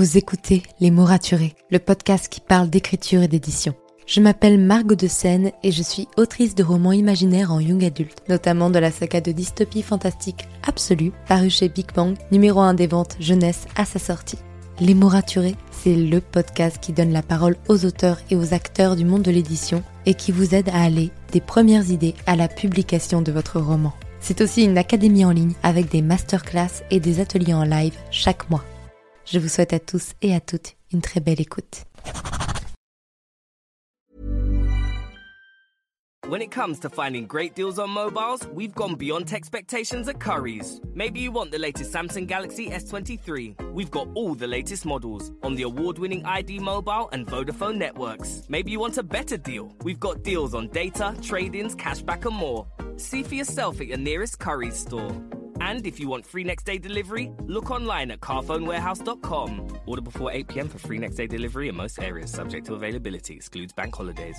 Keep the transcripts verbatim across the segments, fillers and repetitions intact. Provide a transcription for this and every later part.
Vous écoutez Les Mots Raturés, le podcast qui parle d'écriture et d'édition. Je m'appelle Margot de Seine et je suis autrice de romans imaginaires en young adulte, notamment de la saga de dystopie fantastique Absolue, parue chez Big Bang, numéro un des ventes jeunesse à sa sortie. Les Mots Raturés, c'est le podcast qui donne la parole aux auteurs et aux acteurs du monde de l'édition et qui vous aide à aller des premières idées à la publication de votre roman. C'est aussi une académie en ligne avec des masterclass et des ateliers en live chaque mois. Je vous souhaite à tous et à toutes une très belle écoute. When it comes to finding great deals on mobiles, we've gone beyond expectations at Currys. Maybe you want the latest Samsung Galaxy S twenty-three. We've got all the latest models on the award-winning I D Mobile and Vodafone networks. Maybe you want a better deal. We've got deals on data, trade-ins, cashback and more. See for yourself at your nearest Currys store. And if you want free next day delivery, look online at carphone warehouse dot com. Order before eight p.m. for free next day delivery in most areas, subject to availability, excludes bank holidays.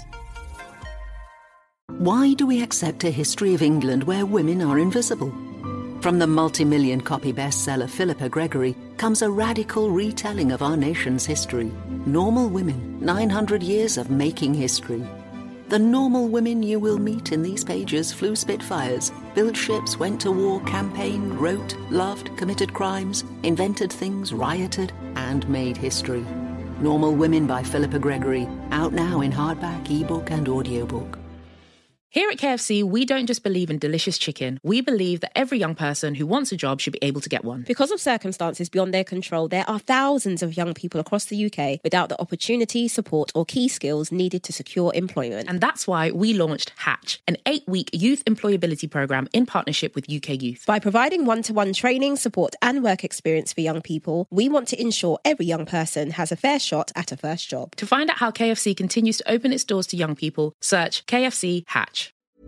Why do we accept a history of England where women are invisible? From the multi-million copy bestseller Philippa Gregory comes a radical retelling of our nation's history. Normal Women, nine hundred years of making history. The normal women you will meet in these pages flew Spitfires, built ships, went to war, campaigned, wrote, loved, committed crimes, invented things, rioted, and made history. Normal Women by Philippa Gregory, out now in hardback, ebook and audiobook. Here at K F C, we don't just believe in delicious chicken. We believe that every young person who wants a job should be able to get one. Because of circumstances beyond their control, there are thousands of young people across the U K without the opportunity, support or key skills needed to secure employment. And that's why we launched Hatch, an eight-week youth employability programme in partnership with U K Youth. By providing one-to-one training, support and work experience for young people, we want to ensure every young person has a fair shot at a first job. To find out how K F C continues to open its doors to young people, search K F C Hatch.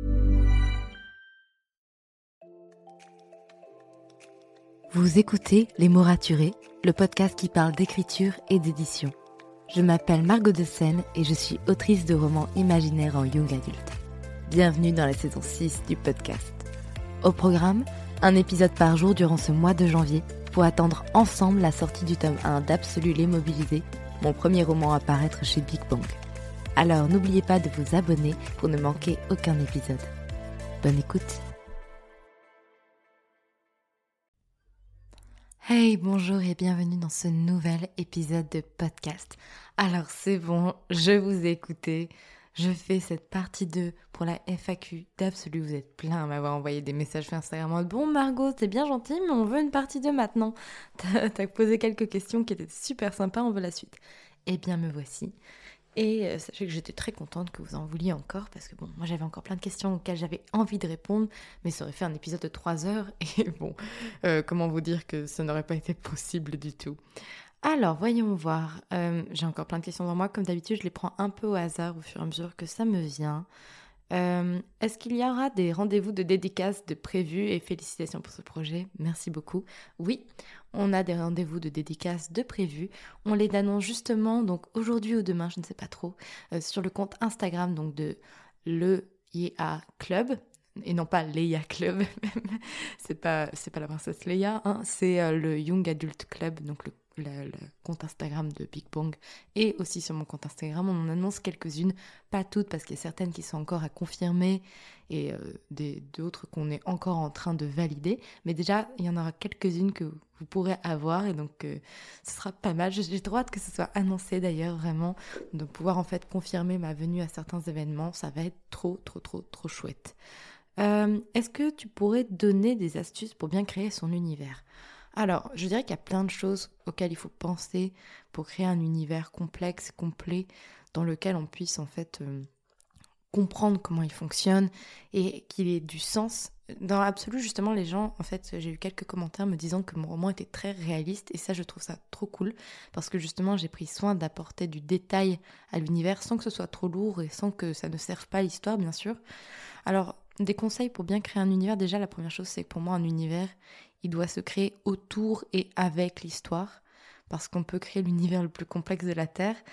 Vous écoutez Les Mots Raturés, le podcast qui parle d'écriture et d'édition. Je m'appelle Margot de Seine et je suis autrice de romans imaginaires en young adulte. Bienvenue dans la saison six du podcast. Au programme, un épisode par jour durant ce mois de janvier pour attendre ensemble la sortie du tome un d'Absolu les Mobilisés, mon premier roman à paraître chez Big Bang. Alors n'oubliez pas de vous abonner pour ne manquer aucun épisode. Bonne écoute. Hey, bonjour et bienvenue dans ce nouvel épisode de podcast. Alors c'est bon, je vous ai écouté, je fais cette partie deux pour la F A Q d'Absolu. Vous êtes plein à m'avoir envoyé des messages sur Instagram en mode « Bon Margot, c'est bien gentil, mais on veut une partie deux maintenant. T'as, t'as posé quelques questions qui étaient super sympas, on veut la suite. » Eh bien me voici. Et euh, sachez que j'étais très contente que vous en vouliez encore parce que bon, moi j'avais encore plein de questions auxquelles j'avais envie de répondre, mais ça aurait fait un épisode de trois heures et bon, euh, comment vous dire que ça n'aurait pas été possible du tout. Alors, voyons voir. Euh, j'ai encore plein de questions devant moi. Comme d'habitude, je les prends un peu au hasard au fur et à mesure que ça me vient. Euh, est-ce qu'il y aura des rendez-vous de dédicaces de prévus et félicitations pour ce projet? Merci beaucoup. Oui, on a des rendez-vous de dédicaces de prévus. On les annonce justement donc aujourd'hui ou demain, je ne sais pas trop, euh, sur le compte Instagram donc de le I A Club. Et non pas Leia Club, c'est pas c'est pas la princesse Leia, hein, c'est euh, le Young Adult Club, donc le Le, le compte Instagram de Big Bang et aussi sur mon compte Instagram on en annonce quelques-unes, pas toutes parce qu'il y a certaines qui sont encore à confirmer et euh, des, d'autres qu'on est encore en train de valider, mais déjà il y en aura quelques-unes que vous pourrez avoir et donc euh, ce sera pas mal. J'ai trop hâte que ce soit annoncé d'ailleurs, vraiment, de pouvoir en fait confirmer ma venue à certains événements, ça va être trop trop trop trop chouette. Euh, est-ce que tu pourrais donner des astuces pour bien créer son univers ? Alors, je dirais qu'il y a plein de choses auxquelles il faut penser pour créer un univers complexe, complet, dans lequel on puisse en fait euh, comprendre comment il fonctionne et qu'il ait du sens. Dans l'absolu, justement, les gens, en fait, j'ai eu quelques commentaires me disant que mon roman était très réaliste et ça, je trouve ça trop cool parce que justement, j'ai pris soin d'apporter du détail à l'univers sans que ce soit trop lourd et sans que ça ne serve pas à l'histoire, bien sûr. Alors, des conseils pour bien créer un univers, déjà, la première chose, c'est que pour moi, un univers, il doit se créer autour et avec l'histoire, parce qu'on peut créer l'univers le plus complexe de la Terre,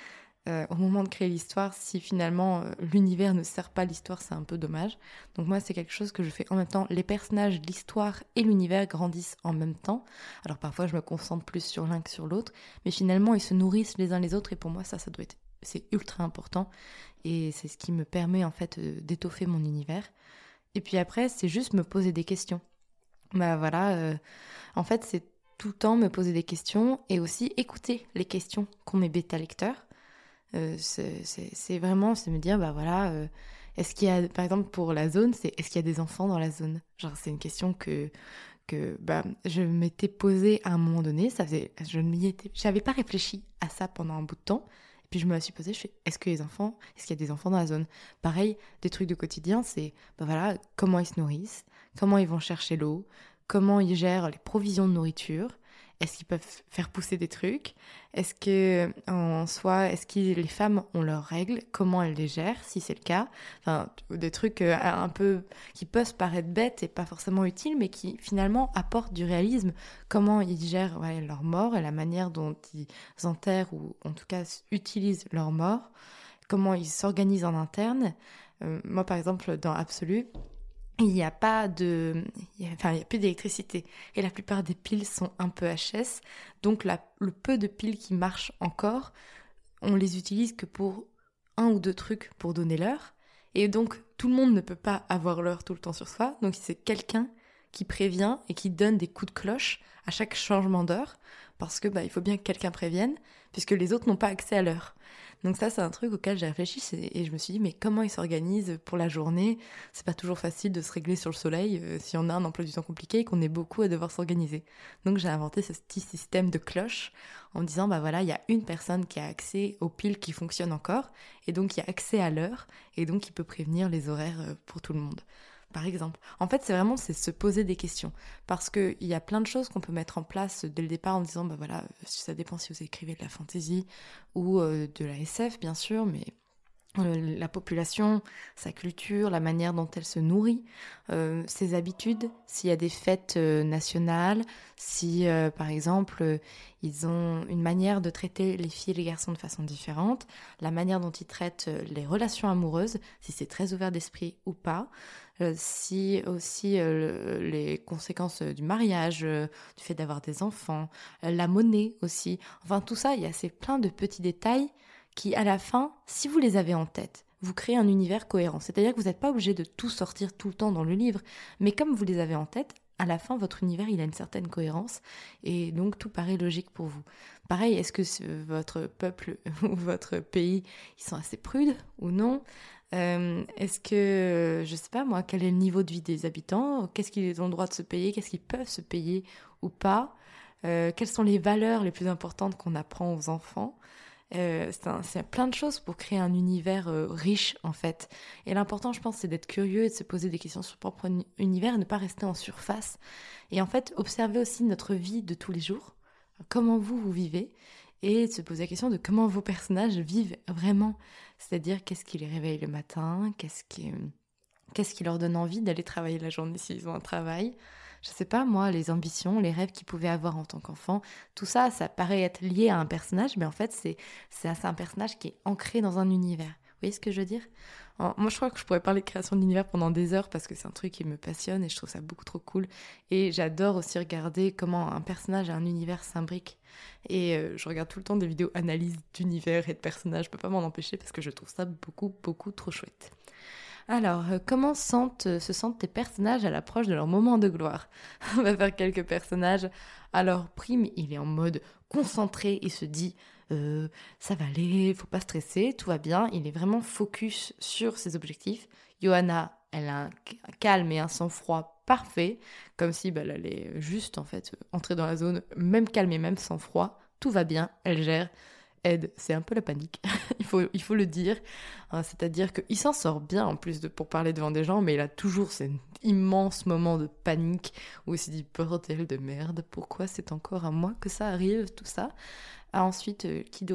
euh, au moment de créer l'histoire, si finalement euh, l'univers ne sert pas l'histoire, c'est un peu dommage. Donc moi, c'est quelque chose que je fais en même temps. Les personnages, l'histoire et l'univers grandissent en même temps. Alors parfois, je me concentre plus sur l'un que sur l'autre, mais finalement, ils se nourrissent les uns les autres, et pour moi, ça, ça doit être, c'est ultra important, et c'est ce qui me permet en fait euh, d'étoffer mon univers. Et puis après, c'est juste me poser des questions. Bah voilà, euh, en fait, c'est tout le temps me poser des questions et aussi écouter les questions qu'ont mes bêta-lecteurs. Euh, c'est, c'est, c'est vraiment, c'est me dire, bah voilà, euh, est-ce qu'il y a, par exemple pour la zone, c'est est-ce qu'il y a des enfants dans la zone ? Genre, c'est une question que, que bah, je m'étais posée à un moment donné, ça faisait, je n'y étais, j'avais pas réfléchi à ça pendant un bout de temps, et puis je me la suis posée, je fais, est-ce que les enfants, est-ce qu'il y a des enfants dans la zone ? Pareil, des trucs de quotidien, c'est, bah voilà, comment ils se nourrissent, comment ils vont chercher l'eau, comment ils gèrent les provisions de nourriture. Est-ce qu'ils peuvent faire pousser des trucs ? Est-ce que, en soi, est-ce que les femmes ont leurs règles ? Comment elles les gèrent, si c'est le cas ? Enfin, des trucs euh, un peu qui peuvent paraître bêtes et pas forcément utiles, mais qui finalement apportent du réalisme. Comment ils gèrent ouais, leur mort et la manière dont ils enterrent ou en tout cas utilisent leur mort. Comment ils s'organisent en interne. Euh, moi, par exemple, dans Absolu, il n'y a pas de, enfin, il n'y a plus d'électricité et la plupart des piles sont un peu H S, donc la, le peu de piles qui marchent encore, on les utilise que pour un ou deux trucs pour donner l'heure, et donc tout le monde ne peut pas avoir l'heure tout le temps sur soi, donc c'est quelqu'un qui prévient et qui donne des coups de cloche à chaque changement d'heure, parce que bah, il faut bien que quelqu'un prévienne, puisque les autres n'ont pas accès à l'heure. Donc ça, c'est un truc auquel j'ai réfléchi, et je me suis dit, mais comment ils s'organisent pour la journée ? C'est pas toujours facile de se régler sur le soleil euh, si on a un emploi du temps compliqué et qu'on est beaucoup à devoir s'organiser. Donc j'ai inventé ce petit système de cloche en me disant, bah voilà, il y a une personne qui a accès aux piles qui fonctionnent encore, et donc il y a accès à l'heure, et donc il peut prévenir les horaires pour tout le monde. Par exemple. En fait, c'est vraiment c'est se poser des questions. Parce qu'il y a plein de choses qu'on peut mettre en place dès le départ en disant, bah voilà, ça dépend si vous écrivez de la fantasy ou euh, de la S F, bien sûr, mais euh, la population, sa culture, la manière dont elle se nourrit, euh, ses habitudes, s'il y a des fêtes euh, nationales, si, euh, par exemple, euh, ils ont une manière de traiter les filles et les garçons de façon différente, la manière dont ils traitent euh, les relations amoureuses, si c'est très ouvert d'esprit ou pas, euh, si aussi euh, le, les conséquences du mariage, euh, du fait d'avoir des enfants, euh, la monnaie aussi, enfin tout ça, il y a c'est plein de petits détails qui, à la fin, si vous les avez en tête, vous créez un univers cohérent. C'est-à-dire que vous n'êtes pas obligé de tout sortir tout le temps dans le livre, mais comme vous les avez en tête, à la fin, votre univers, il a une certaine cohérence, et donc tout paraît logique pour vous. Pareil, est-ce que votre peuple ou votre pays, ils sont assez prudes ou non ? euh, Est-ce que, je sais pas moi, quel est le niveau de vie des habitants ? Qu'est-ce qu'ils ont le droit de se payer ? Qu'est-ce qu'ils peuvent se payer ou pas ? euh, Quelles sont les valeurs les plus importantes qu'on apprend aux enfants ? Euh, c'est, un, c'est plein de choses pour créer un univers euh, riche en fait. Et l'important, je pense, c'est d'être curieux et de se poser des questions sur son propre univers et ne pas rester en surface. Et en fait, observer aussi notre vie de tous les jours, comment vous, vous vivez, et de se poser la question de comment vos personnages vivent vraiment. C'est-à-dire, qu'est-ce qui les réveille le matin, qu'est-ce qui, qu'est-ce qui leur donne envie d'aller travailler la journée s'ils ont un travail. Je sais pas, moi, les ambitions, les rêves qu'ils pouvaient avoir en tant qu'enfant, tout ça, ça paraît être lié à un personnage, mais en fait, c'est, c'est, c'est un personnage qui est ancré dans un univers. Vous voyez ce que je veux dire ? Alors, moi, je crois que je pourrais parler de création d'univers pendant des heures parce que c'est un truc qui me passionne et je trouve ça beaucoup trop cool. Et j'adore aussi regarder comment un personnage et un univers s'imbriquent. Et euh, je regarde tout le temps des vidéos analyse d'univers et de personnages. Je peux pas m'en empêcher parce que je trouve ça beaucoup, beaucoup trop chouette. Alors, euh, comment sentent, euh, se sentent tes personnages à l'approche de leur moment de gloire ? On va faire quelques personnages. Alors, Prime, il est en mode concentré, il se dit euh, « ça va aller, faut pas stresser, tout va bien ». Il est vraiment focus sur ses objectifs. Johanna, elle a un calme et un sang-froid parfait, comme si bah, elle allait juste en fait entrer dans la zone, même calme et même sang-froid. Tout va bien, elle gère. Ed, c'est un peu la panique, il, faut, il faut le dire. Hein, c'est-à-dire qu'il s'en sort bien en plus de pour parler devant des gens, mais il a toujours cet immense moment de panique où il se dit « bordel de merde, pourquoi c'est encore à moi que ça arrive ?» tout ça. Ah, ensuite, euh, qui d'autre ?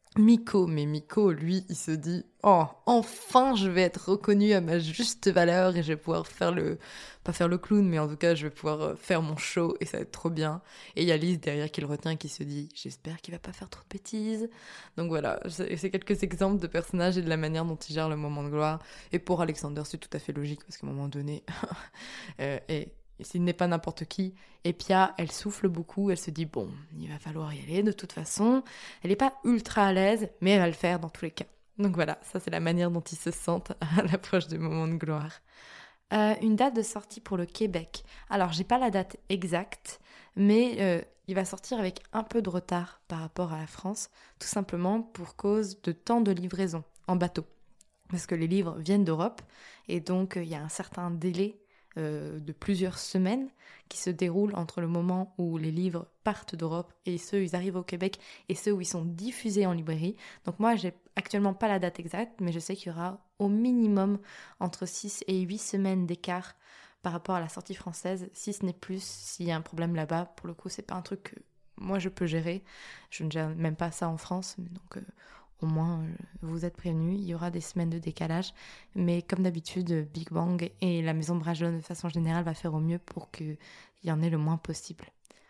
Miko, mais Miko, lui, il se dit « Oh, enfin, je vais être reconnu à ma juste valeur et je vais pouvoir faire le... pas faire le clown, mais en tout cas, je vais pouvoir faire mon show et ça va être trop bien. » Et il y a Lise derrière qui le retient et qui se dit « J'espère qu'il va pas faire trop de bêtises. » Donc voilà, c'est quelques exemples de personnages et de la manière dont ils gèrent le moment de gloire. Et pour Alexander, c'est tout à fait logique parce qu'à un moment donné... euh, et... Et s'il n'est pas n'importe qui, et Pia, elle souffle beaucoup, elle se dit, bon, il va falloir y aller de toute façon. Elle n'est pas ultra à l'aise, mais elle va le faire dans tous les cas. Donc voilà, ça c'est la manière dont ils se sentent à l'approche du moment de gloire. Euh, une date de sortie pour le Québec. Alors, j'ai pas la date exacte, mais euh, il va sortir avec un peu de retard par rapport à la France, tout simplement pour cause de temps de livraison en bateau. Parce que les livres viennent d'Europe, et donc il euh, y a un certain délai Euh, de plusieurs semaines qui se déroulent entre le moment où les livres partent d'Europe et ceux où ils arrivent au Québec et ceux où ils sont diffusés en librairie. Donc moi, j'ai actuellement pas la date exacte, mais je sais qu'il y aura au minimum entre six et huit semaines d'écart par rapport à la sortie française, si ce n'est plus, s'il y a un problème là-bas. Pour le coup, c'est pas un truc que moi je peux gérer. Je ne gère même pas ça en France, donc... Euh, Au moins, vous êtes prévenus, il y aura des semaines de décalage. Mais comme d'habitude, Big Bang et la maison Brajlon, de façon générale, va faire au mieux pour qu'il y en ait le moins possible.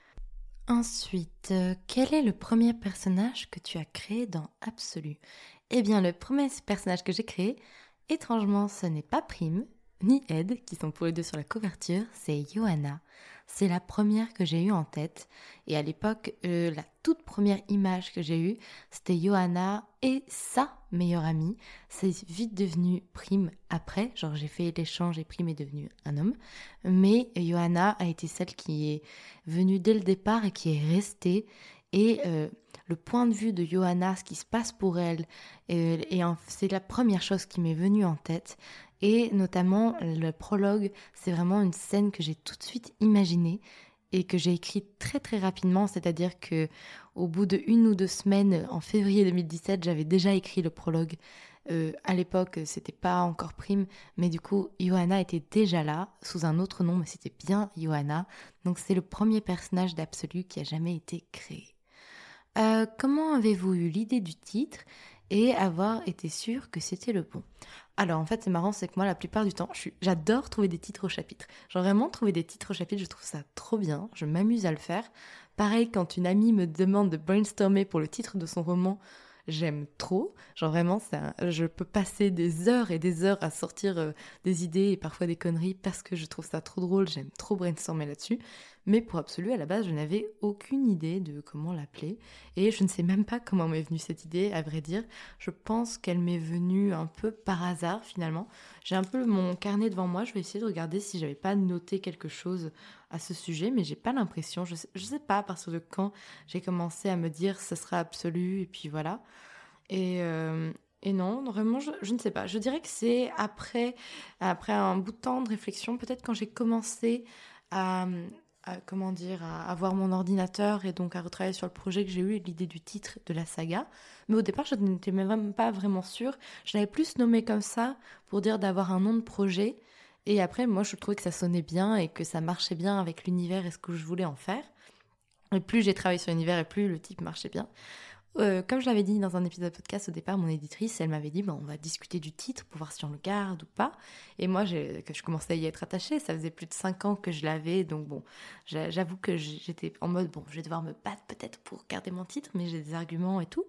Ensuite, euh, quel est le premier personnage que tu as créé dans Absolu ? Eh bien, le premier personnage que j'ai créé, étrangement, ce n'est pas Prime, ni Ed, qui sont pour les deux sur la couverture, c'est Johanna. C'est la première que j'ai eue en tête. Et à l'époque, euh, la toute première image que j'ai eue, c'était Johanna et sa meilleure amie. C'est vite devenu Prime après. Genre, j'ai fait l'échange et Prime est devenu un homme. Mais Johanna a été celle qui est venue dès le départ et qui est restée. Et euh, le point de vue de Johanna, ce qui se passe pour elle, et, et c'est la première chose qui m'est venue en tête. Et notamment, le prologue, c'est vraiment une scène que j'ai tout de suite imaginée et que j'ai écrite très très rapidement, c'est-à-dire que au bout de une ou deux semaines, en février deux mille dix-sept, j'avais déjà écrit le prologue. Euh, à l'époque, c'était pas encore Prime, mais du coup, Johanna était déjà là, sous un autre nom, mais c'était bien Johanna. Donc c'est le premier personnage d'Absolu qui a jamais été créé. Euh, comment avez-vous eu l'idée du titre et avoir été sûr que c'était le bon ? Alors en fait c'est marrant, c'est que moi la plupart du temps, je suis... j'adore trouver des titres au chapitre. Genre vraiment trouver des titres au chapitre, je trouve ça trop bien, je m'amuse à le faire. Pareil quand une amie me demande de brainstormer pour le titre de son roman, j'aime trop. Genre vraiment, ça, je peux passer des heures et des heures à sortir euh, des idées et parfois des conneries parce que je trouve ça trop drôle, j'aime trop brainstormer là-dessus. Mais pour Absolu, à la base, je n'avais aucune idée de comment l'appeler. Et je ne sais même pas comment m'est venue cette idée, à vrai dire. Je pense qu'elle m'est venue un peu par hasard, finalement. J'ai un peu mon carnet devant moi. Je vais essayer de regarder si j'avais pas noté quelque chose à ce sujet. Mais j'ai pas l'impression. Je sais, je sais pas à partir de quand j'ai commencé à me dire ce sera Absolu. Et puis voilà. Et... Euh... Et non, vraiment, je, je ne sais pas. Je dirais que c'est après, après un bout de temps de réflexion, peut-être quand j'ai commencé à, à, comment dire, à avoir mon ordinateur et donc à retravailler sur le projet, que j'ai eu l'idée du titre de la saga. Mais au départ, je n'étais même pas vraiment sûre. Je l'avais plus nommé comme ça pour dire d'avoir un nom de projet. Et après, moi, je trouvais que ça sonnait bien et que ça marchait bien avec l'univers et ce que je voulais en faire. Et plus j'ai travaillé sur l'univers et plus le titre marchait bien. Euh, comme je l'avais dit dans un épisode de podcast au départ, mon éditrice, elle m'avait dit bah, on va discuter du titre pour voir si on le garde ou pas. Et moi, j'ai, que je commençais à y être attachée, ça faisait plus de cinq ans que je l'avais, donc bon, j'avoue que j'étais en mode bon, je vais devoir me battre peut-être pour garder mon titre, mais j'ai des arguments et tout.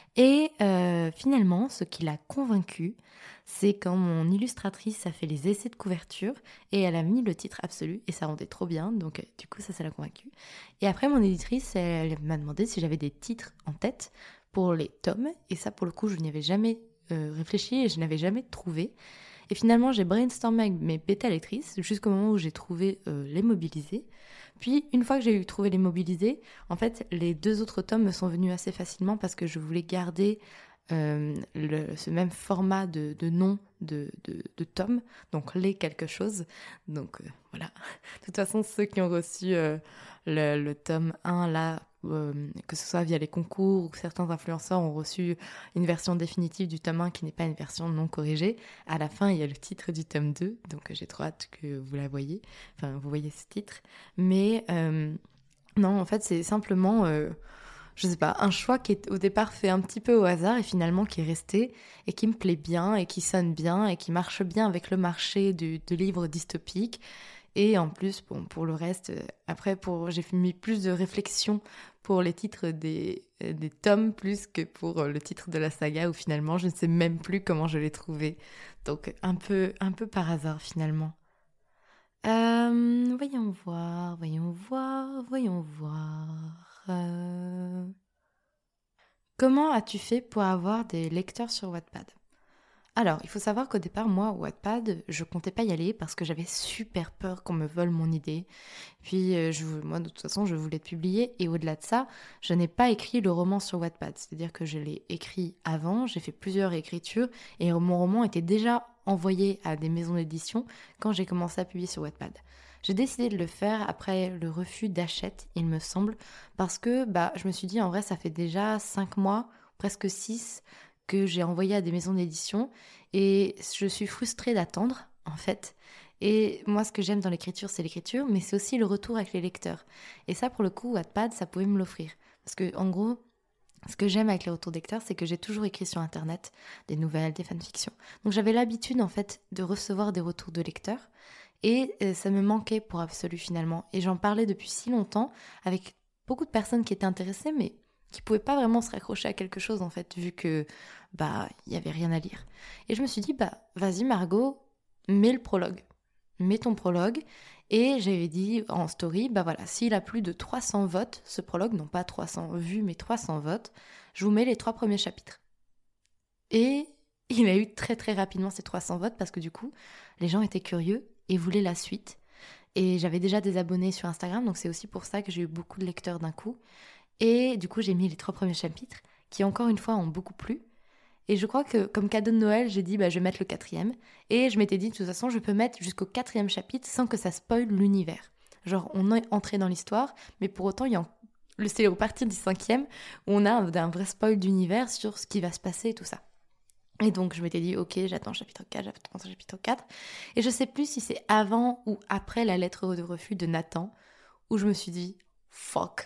Et euh, finalement, ce qui l'a convaincue, c'est quand mon illustratrice a fait les essais de couverture et elle a mis le titre Absolu et ça rendait trop bien, donc du coup ça, ça l'a convaincue. Et après mon éditrice, elle, elle m'a demandé si j'avais des titres en tête pour les tomes et ça pour le coup je n'y avais jamais euh, réfléchi et je n'avais jamais trouvé. Et finalement j'ai brainstormé avec mes bêta lectrices jusqu'au moment où j'ai trouvé euh, Les Mobilisés. Puis une fois que j'ai eu trouvé Les Mobilisés, en fait les deux autres tomes me sont venus assez facilement parce que je voulais garder Euh, le, ce même format de, de nom de, de, de tome, donc les quelque chose. Donc euh, voilà. De toute façon, ceux qui ont reçu euh, le, le tome un, là, euh, que ce soit via les concours ou certains influenceurs ont reçu une version définitive du tome un qui n'est pas une version non corrigée. À la fin, il y a le titre du tome deux, donc j'ai trop hâte que vous la voyez. Enfin, vous voyez ce titre. Mais euh, non, en fait, c'est simplement... Euh, je sais pas, un choix qui est au départ fait un petit peu au hasard et finalement qui est resté et qui me plaît bien et qui sonne bien et qui marche bien avec le marché du, de livres dystopiques. Et en plus, bon, pour le reste, euh, après, pour, j'ai mis plus de réflexion pour les titres des, euh, des tomes plus que pour euh, le titre de la saga où finalement, je ne sais même plus comment je l'ai trouvé. Donc, un peu, un peu par hasard finalement. Euh, voyons voir, voyons voir, voyons voir. Euh... Comment as-tu fait pour avoir des lecteurs sur Wattpad ? Alors, il faut savoir qu'au départ, moi, Wattpad, je comptais pas y aller parce que j'avais super peur qu'on me vole mon idée. Puis, euh, je, moi, de toute façon, je voulais publier. Et au-delà de ça, je n'ai pas écrit le roman sur Wattpad. C'est-à-dire que je l'ai écrit avant, j'ai fait plusieurs écritures. Et mon roman était déjà envoyé à des maisons d'édition quand j'ai commencé à publier sur Wattpad. J'ai décidé de le faire après le refus d'Hachette, il me semble, parce que bah, je me suis dit, en vrai, ça fait déjà cinq mois, presque six que j'ai envoyé à des maisons d'édition et je suis frustrée d'attendre en fait. Et moi ce que j'aime dans l'écriture c'est l'écriture mais c'est aussi le retour avec les lecteurs. Et ça pour le coup Wattpad ça pouvait me l'offrir. Parce que en gros ce que j'aime avec les retours lecteurs c'est que j'ai toujours écrit sur internet des nouvelles, des fanfictions. Donc j'avais l'habitude en fait de recevoir des retours de lecteurs et euh, ça me manquait pour Absolu finalement. Et j'en parlais depuis si longtemps avec beaucoup de personnes qui étaient intéressées mais qui pouvaient pas vraiment se raccrocher à quelque chose en fait, vu que bah il y avait rien à lire. Et je me suis dit bah vas-y Margot, mets le prologue, mets ton prologue. Et j'avais dit en story bah voilà, s'il a plus de trois cents votes, ce prologue, non pas trois cents vues mais trois cents votes, je vous mets les trois premiers chapitres. Et il a eu très très rapidement ces trois cents votes parce que du coup les gens étaient curieux et voulaient la suite. Et j'avais déjà des abonnés sur Instagram, donc c'est aussi pour ça que j'ai eu beaucoup de lecteurs d'un coup. Et du coup, j'ai mis les trois premiers chapitres qui, encore une fois, ont beaucoup plu. Et je crois que, comme cadeau de Noël, j'ai dit bah, je vais mettre le quatrième. Et je m'étais dit, de toute façon, je peux mettre jusqu'au quatrième chapitre sans que ça spoil l'univers. Genre, on est entré dans l'histoire, mais pour autant, il y a le c'est au partir du cinquième où on a un, un vrai spoil d'univers sur ce qui va se passer et tout ça. Et donc, je m'étais dit, ok, j'attends chapitre quatre, j'attends chapitre quatre. Et je sais plus si c'est avant ou après la lettre de refus de Nathan, où je me suis dit, fuck.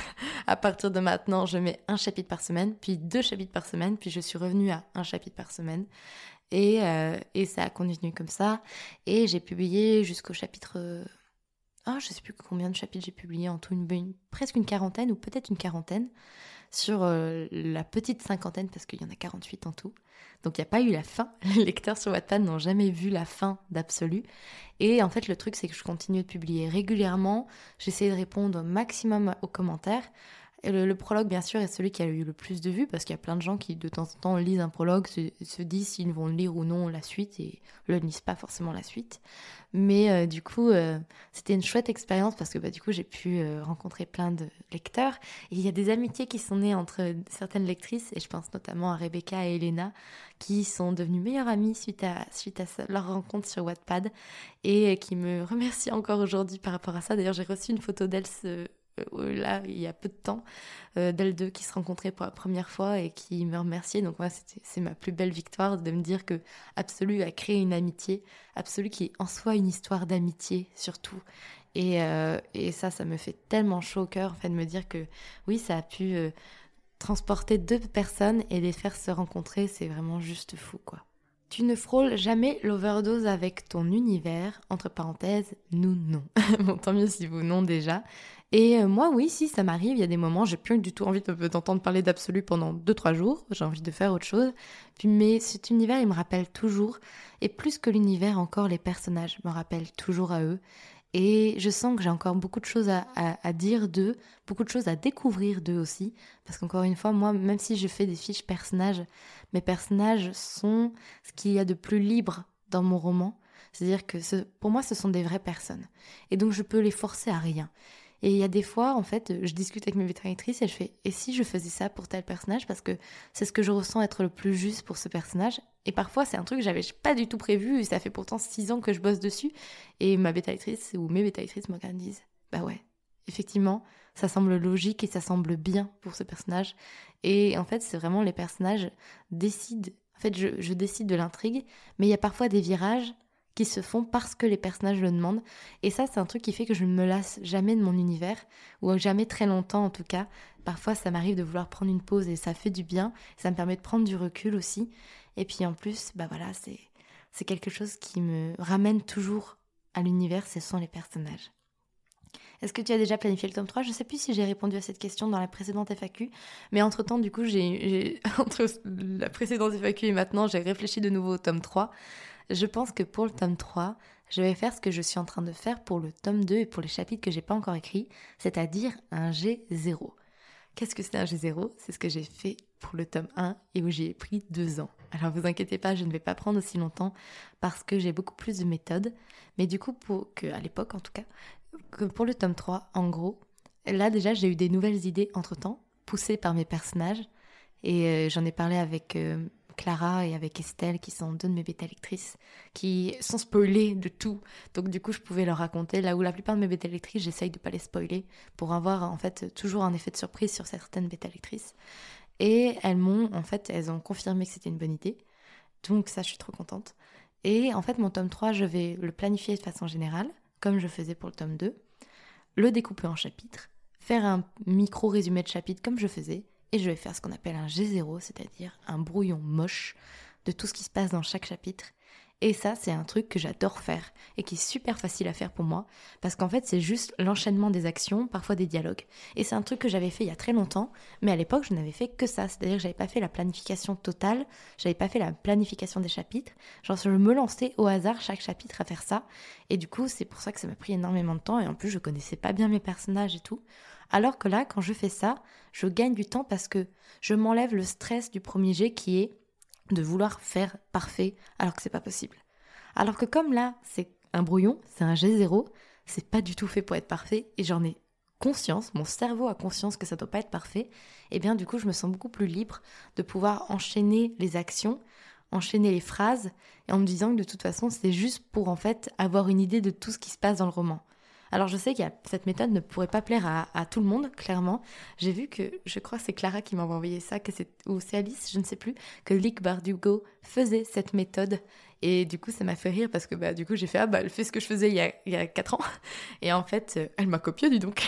À partir de maintenant, je mets un chapitre par semaine, puis deux chapitres par semaine, puis je suis revenue à un chapitre par semaine. Et, euh, et ça a continué comme ça. Et j'ai publié jusqu'au chapitre... Ah, oh, je sais plus combien de chapitres j'ai publié en tout, une, une, presque une quarantaine ou peut-être une quarantaine sur euh, la petite cinquantaine parce qu'il y en a quarante-huit en tout. Donc il n'y a pas eu la fin. Les lecteurs sur Wattpad n'ont jamais vu la fin d'Absolu. Et en fait le truc c'est que je continue de publier régulièrement. J'essaie de répondre au maximum aux commentaires. Et le, le prologue bien sûr est celui qui a eu le plus de vues parce qu'il y a plein de gens qui de temps en temps lisent un prologue, se, se disent s'ils vont lire ou non la suite et ne lisent pas forcément la suite. Mais euh, du coup, euh, c'était une chouette expérience parce que bah, du coup, j'ai pu euh, rencontrer plein de lecteurs. Et il y a des amitiés qui sont nées entre certaines lectrices, et je pense notamment à Rebecca et Elena, qui sont devenues meilleures amies suite à, suite à ça, leur rencontre sur Wattpad, et euh, qui me remercient encore aujourd'hui par rapport à ça. D'ailleurs, j'ai reçu une photo d'elles euh, là, il y a peu de temps, euh, d'elles deux qui se rencontraient pour la première fois et qui me remerciaient. Donc moi, c'était, c'est ma plus belle victoire de me dire que Absolu a créé une amitié, Absolu qui est en soi une histoire d'amitié surtout. Et, euh, et ça, ça me fait tellement chaud au cœur en fait, de me dire que oui, ça a pu euh, transporter deux personnes et les faire se rencontrer, c'est vraiment juste fou quoi. Tu ne frôles jamais l'overdose avec ton univers, entre parenthèses, nous non. Bon, tant mieux si vous non déjà. Et euh, moi, oui, si, ça m'arrive, il y a des moments, j'ai plus du tout envie de, d'entendre parler d'Absolu pendant deux trois jours, j'ai envie de faire autre chose. Puis, mais cet univers, il me rappelle toujours, et plus que l'univers, encore les personnages me rappellent toujours à eux. Et je sens que j'ai encore beaucoup de choses à, à, à dire d'eux, beaucoup de choses à découvrir d'eux aussi. Parce qu'encore une fois, moi, même si je fais des fiches personnages, mes personnages sont ce qu'il y a de plus libre dans mon roman. C'est-à-dire que ce, pour moi, ce sont des vraies personnes. Et donc, je peux les forcer à rien. Et il y a des fois, en fait, je discute avec mes vétérinatrices et je fais « Et si je faisais ça pour tel personnage ?» Parce que c'est ce que je ressens être le plus juste pour ce personnage. Et parfois, c'est un truc que j'avais pas du tout prévu. Et ça fait pourtant six ans que je bosse dessus. Et ma vétérinatrice ou mes vétérinatrices me regardent et disent « Bah ouais, effectivement, ça semble logique et ça semble bien pour ce personnage. » Et en fait, c'est vraiment les personnages décident. En fait, je, je décide de l'intrigue, mais il y a parfois des virages qui se font parce que les personnages le demandent. Et ça, c'est un truc qui fait que je ne me lasse jamais de mon univers, ou jamais très longtemps en tout cas, parfois ça m'arrive de vouloir prendre une pause et ça fait du bien, ça me permet de prendre du recul aussi. Et puis en plus, bah voilà, c'est, c'est quelque chose qui me ramène toujours à l'univers, ce sont les personnages. Est-ce que tu as déjà planifié le tome trois ? Je ne sais plus si j'ai répondu à cette question dans la précédente F A Q, mais entre-temps, du coup, j'ai, j'ai, entre la précédente F A Q et maintenant, j'ai réfléchi de nouveau au tome trois. Je pense que pour le tome trois, je vais faire ce que je suis en train de faire pour le tome deux et pour les chapitres que je n'ai pas encore écrits, c'est-à-dire un G zéro. Qu'est-ce que c'est un G zéro ? C'est ce que j'ai fait pour le tome un et où j'ai pris deux ans. Alors vous inquiétez pas, je ne vais pas prendre aussi longtemps parce que j'ai beaucoup plus de méthodes. Mais du coup, pour, que, à l'époque en tout cas, que pour le tome trois, en gros, là déjà j'ai eu des nouvelles idées entre-temps, poussées par mes personnages. Et euh, j'en ai parlé avec euh, Clara et avec Estelle, qui sont deux de mes bêta-lectrices, qui sont spoilées de tout. Donc du coup, je pouvais leur raconter, là où la plupart de mes bêta-lectrices, j'essaye de ne pas les spoiler, pour avoir en fait toujours un effet de surprise sur certaines bêta-lectrices. Et elles m'ont, en fait, elles ont confirmé que c'était une bonne idée. Donc ça, je suis trop contente. Et en fait, mon tome trois, je vais le planifier de façon générale, comme je faisais pour le tome deux, le découper en chapitres, faire un micro-résumé de chapitre comme je faisais, et je vais faire ce qu'on appelle un G zéro, c'est-à-dire un brouillon moche de tout ce qui se passe dans chaque chapitre. Et ça, c'est un truc que j'adore faire et qui est super facile à faire pour moi, parce qu'en fait, c'est juste l'enchaînement des actions, parfois des dialogues. Et c'est un truc que j'avais fait il y a très longtemps, mais à l'époque, je n'avais fait que ça, c'est-à-dire que j'avais pas fait la planification totale, j'avais pas fait la planification des chapitres, genre je me lançais au hasard chaque chapitre à faire ça, et du coup, c'est pour ça que ça m'a pris énormément de temps, et en plus, je connaissais pas bien mes personnages et tout. Alors que là, quand je fais ça, je gagne du temps parce que je m'enlève le stress du premier jet qui est de vouloir faire parfait alors que c'est pas possible. Alors que comme là, c'est un brouillon, c'est un G zéro, c'est pas du tout fait pour être parfait et j'en ai conscience, mon cerveau a conscience que ça doit pas être parfait, et bien du coup je me sens beaucoup plus libre de pouvoir enchaîner les actions, enchaîner les phrases, et en me disant que de toute façon c'est juste pour en fait avoir une idée de tout ce qui se passe dans le roman. Alors je sais que cette méthode ne pourrait pas plaire à, à tout le monde, clairement. J'ai vu que, je crois que c'est Clara qui m'a envoyé ça, que c'est, ou c'est Alice, je ne sais plus, que Lick Bardugo faisait cette méthode. Et du coup, ça m'a fait rire parce que bah, du coup, j'ai fait « Ah bah, elle fait ce que je faisais il y a, il y a quatre ans. » Et en fait, euh, elle m'a copié, dis donc.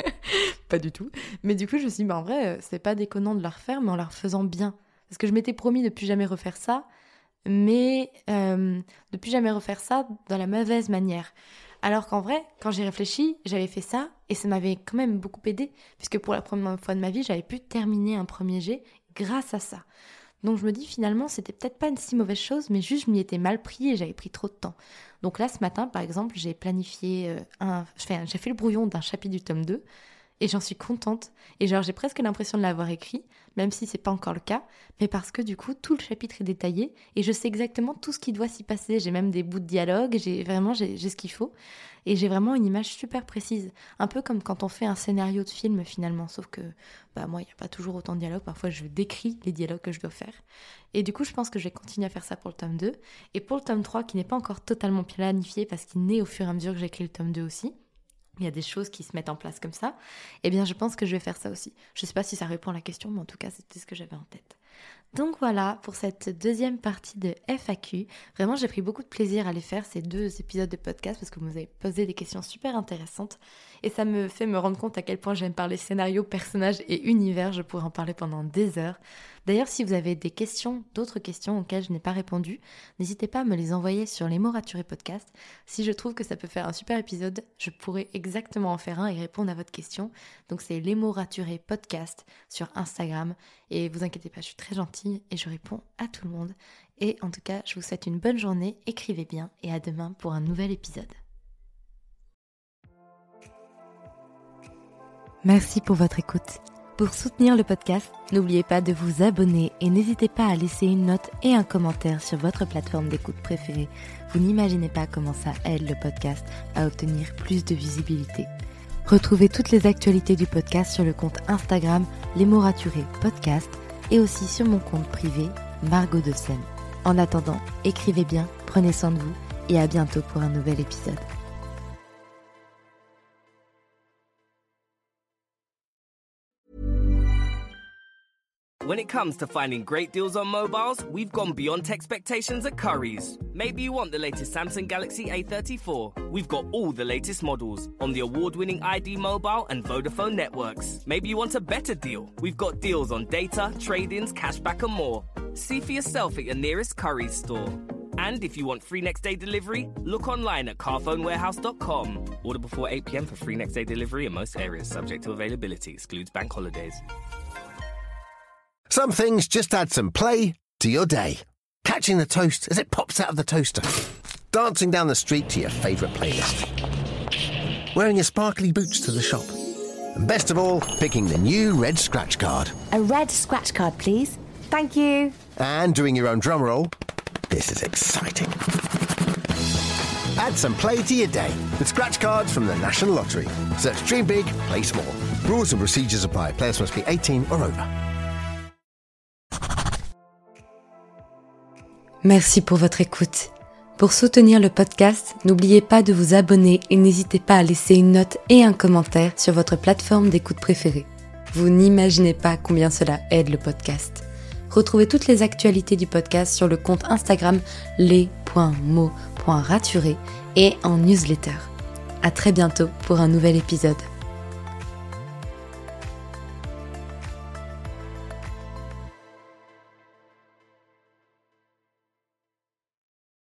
Pas du tout. Mais du coup, je me suis dit, bah, en vrai, c'est pas déconnant de la refaire, mais en la refaisant bien. Parce que je m'étais promis de plus jamais refaire ça, mais euh, de plus jamais refaire ça dans la mauvaise manière. Alors qu'en vrai, quand j'y réfléchis, j'avais fait ça et ça m'avait quand même beaucoup aidé, puisque pour la première fois de ma vie, j'avais pu terminer un premier jet grâce à ça. Donc je me dis finalement, c'était peut-être pas une si mauvaise chose, mais juste je m'y étais mal pris et j'avais pris trop de temps. Donc là, ce matin, par exemple, j'ai planifié euh, un... Enfin, j'ai fait le brouillon d'un chapitre du tome deux et j'en suis contente. Et genre, j'ai presque l'impression de l'avoir écrit, même si c'est pas encore le cas, mais parce que du coup, tout le chapitre est détaillé et je sais exactement tout ce qui doit s'y passer. J'ai même des bouts de dialogue, j'ai vraiment j'ai, j'ai ce qu'il faut et j'ai vraiment une image super précise. Un peu comme quand on fait un scénario de film finalement, sauf que bah, moi, il n'y a pas toujours autant de dialogue. Parfois, je décris les dialogues que je dois faire. Et du coup, je pense que je vais continuer à faire ça pour le tome deux. Et pour le tome trois, qui n'est pas encore totalement planifié parce qu'il naît au fur et à mesure que j'écris le tome deux aussi, il y a des choses qui se mettent en place comme ça, eh bien je pense que je vais faire ça aussi. Je ne sais pas si ça répond à la question, mais en tout cas c'était ce que j'avais en tête. Donc voilà pour cette deuxième partie de F A Q. Vraiment j'ai pris beaucoup de plaisir à les faire, ces deux épisodes de podcast, parce que vous m'avez posé des questions super intéressantes et ça me fait me rendre compte à quel point j'aime parler scénario, personnages et univers. Je pourrais en parler pendant des heures. D'ailleurs, si vous avez des questions, d'autres questions auxquelles je n'ai pas répondu, n'hésitez pas à me les envoyer sur Les Mots Raturés podcast. Si je trouve que ça peut faire un super épisode, je pourrais exactement en faire un et répondre à votre question. Donc c'est Les Mots Raturés podcast sur Instagram. Et vous inquiétez pas, je suis très gentille et je réponds à tout le monde. Et en tout cas, je vous souhaite une bonne journée, écrivez bien et à demain pour un nouvel épisode. Merci pour votre écoute. Pour soutenir le podcast, n'oubliez pas de vous abonner et n'hésitez pas à laisser une note et un commentaire sur votre plateforme d'écoute préférée. Vous n'imaginez pas comment ça aide le podcast à obtenir plus de visibilité. Retrouvez toutes les actualités du podcast sur le compte Instagram Les Mots Raturés podcast et aussi sur mon compte privé Margot de Seine. En attendant, écrivez bien, prenez soin de vous et à bientôt pour un nouvel épisode. When it comes to finding great deals on mobiles, we've gone beyond expectations at Currys. Maybe you want the latest Samsung Galaxy A thirty-four. We've got all the latest models on the award-winning I D Mobile and Vodafone networks. Maybe you want a better deal. We've got deals on data, trade-ins, cashback and more. See for yourself at your nearest Currys store. And if you want free next day delivery, look online at carphone warehouse dot com. Order before eight p.m. for free next day delivery in most areas, subject to availability, excludes bank holidays. Some things just add some play to your day. Catching the toast as it pops out of the toaster. Dancing down the street to your favourite playlist. Wearing your sparkly boots to the shop. And best of all, picking the new red scratch card. A red scratch card, please. Thank you. And doing your own drum roll. This is exciting. Add some play to your day with scratch cards from the National Lottery. Search Dream Big, Play Small. Rules and procedures apply. Players must be eighteen or over. Merci pour votre écoute. Pour soutenir le podcast, n'oubliez pas de vous abonner et n'hésitez pas à laisser une note et un commentaire sur votre plateforme d'écoute préférée. Vous n'imaginez pas combien cela aide le podcast. Retrouvez toutes les actualités du podcast sur le compte Instagram les point mots point raturés et en newsletter. À très bientôt pour un nouvel épisode.